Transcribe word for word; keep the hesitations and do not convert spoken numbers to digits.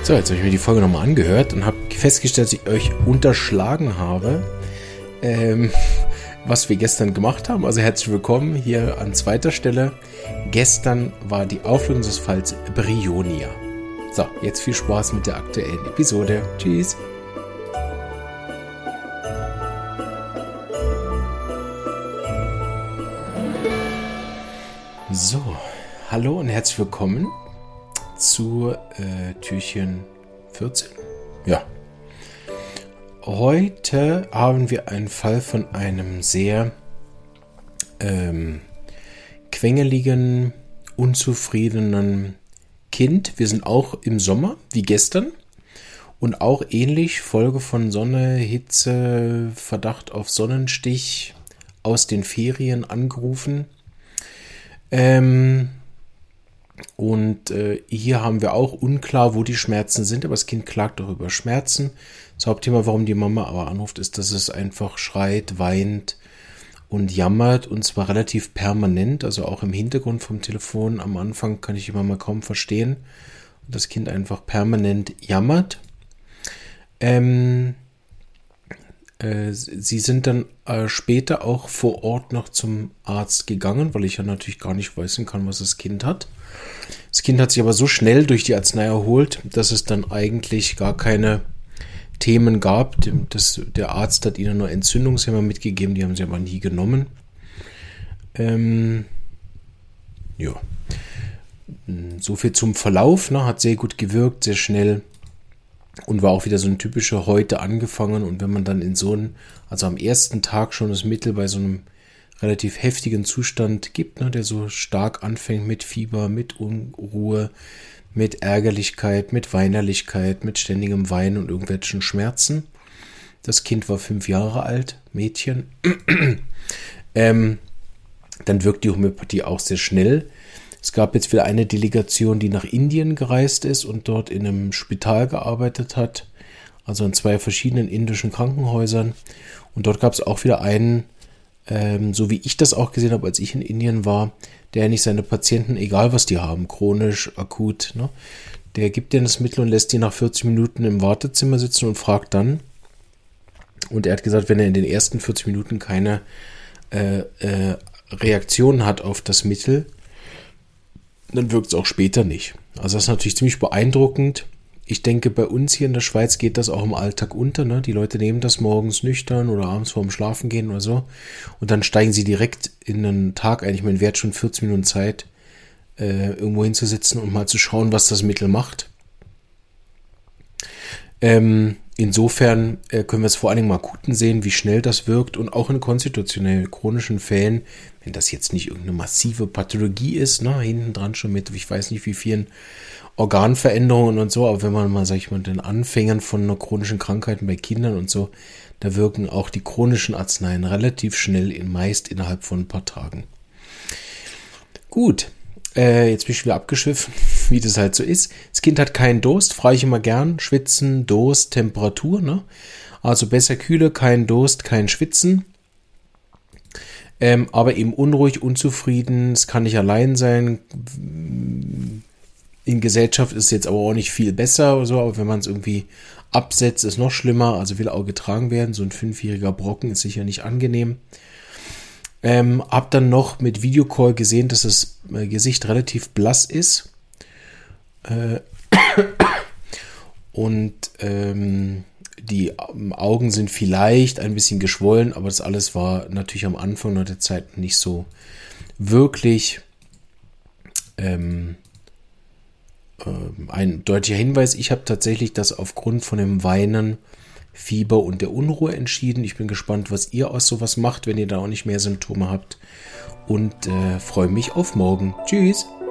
So, jetzt habe ich mir die Folge nochmal angehört und habe festgestellt, dass ich euch unterschlagen habe, ähm, was wir gestern gemacht haben. Also herzlich willkommen hier an zweiter Stelle. Gestern war die Auflösung des Falls Brionia. So, jetzt viel Spaß mit der aktuellen Episode. Tschüss. So, hallo und herzlich willkommen zu äh, Türchen vierzehn. Ja. Heute haben wir einen Fall von einem sehr ähm, quengeligen, unzufriedenen Kind. Wir sind auch im Sommer, wie gestern. Und auch ähnlich, Folge von Sonne, Hitze, Verdacht auf Sonnenstich, aus den Ferien angerufen. Ähm... Und äh, hier haben wir auch unklar, wo die Schmerzen sind, aber das Kind klagt auch über Schmerzen. Das Hauptthema, warum die Mama aber anruft, ist, dass es einfach schreit, weint und jammert, und zwar relativ permanent, also auch im Hintergrund vom Telefon. Am Anfang kann ich immer mal kaum verstehen. Und das Kind einfach permanent jammert. Ähm, äh, sie sind dann äh, später auch vor Ort noch zum Arzt gegangen, weil ich ja natürlich gar nicht wissen kann, was das Kind hat. Das Kind hat sich aber so schnell durch die Arznei erholt, dass es dann eigentlich gar keine Themen gab. Das, der Arzt hat ihnen nur Entzündungshemmer mitgegeben, die haben sie aber nie genommen. Ähm, ja. So viel zum Verlauf, ne? Hat sehr gut gewirkt, sehr schnell und war auch wieder so ein typischer heute angefangen. Und wenn man dann in so einem, also am ersten Tag schon das Mittel bei so einem relativ heftigen Zustand gibt, ne, der so stark anfängt mit Fieber, mit Unruhe, mit Ärgerlichkeit, mit Weinerlichkeit, mit ständigem Weinen und irgendwelchen Schmerzen. Das Kind war fünf Jahre alt, Mädchen. ähm, dann wirkt die Homöopathie auch sehr schnell. Es gab jetzt wieder eine Delegation, die nach Indien gereist ist und dort in einem Spital gearbeitet hat, also in zwei verschiedenen indischen Krankenhäusern. Und dort gab es auch wieder einen, Ähm, so wie ich das auch gesehen habe, als ich in Indien war, der nicht seine Patienten, egal was die haben, chronisch, akut, ne, der gibt denen das Mittel und lässt die nach vierzig Minuten im Wartezimmer sitzen und fragt dann. Und er hat gesagt, wenn er in den ersten vierzig Minuten keine äh, äh, Reaktion hat auf das Mittel, dann wirkt es auch später nicht. Also das ist natürlich ziemlich beeindruckend. Ich denke, bei uns hier in der Schweiz geht das auch im Alltag unter. Ne? Die Leute nehmen das morgens nüchtern oder abends vorm Schlafengehen oder so. Und dann steigen sie direkt in einen Tag ein. Ich meine, wer hat schon vierzig Minuten Zeit, äh, irgendwo hinzusitzen und mal zu schauen, was das Mittel macht. Ähm, insofern äh, können wir es vor allen Dingen mal akuten sehen, wie schnell das wirkt. Und auch in konstitutionell chronischen Fällen, wenn das jetzt nicht irgendeine massive Pathologie ist, ne, hinten dran schon mit, ich weiß nicht wie vielen Organveränderungen und so, aber wenn man mal, sag ich mal, den Anfängern von einer chronischen Krankheiten bei Kindern und so, da wirken auch die chronischen Arzneien relativ schnell, in, meist innerhalb von ein paar Tagen. Gut, äh, jetzt bin ich wieder abgeschwiffen, wie das halt so ist. Das Kind hat keinen Durst, frage ich immer gern, Schwitzen, Durst, Temperatur, ne? Also besser kühle, kein Durst, kein Schwitzen. Ähm, aber eben unruhig, unzufrieden, es kann nicht allein sein. In Gesellschaft ist es jetzt aber auch nicht viel besser oder so, aber wenn man es irgendwie absetzt, ist noch schlimmer, also will auch getragen werden. So ein fünfjähriger Brocken ist sicher nicht angenehm. Ähm, hab dann noch mit Videocall gesehen, dass das äh, Gesicht relativ blass ist. Äh, und ähm, die Augen sind vielleicht ein bisschen geschwollen, aber das alles war natürlich am Anfang der Zeit nicht so wirklich ähm, ein deutlicher Hinweis. Ich habe tatsächlich das aufgrund von dem Weinen, Fieber und der Unruhe entschieden. Ich bin gespannt, was ihr aus sowas macht, wenn ihr da auch nicht mehr Symptome habt. Und äh, freue mich auf morgen. Tschüss!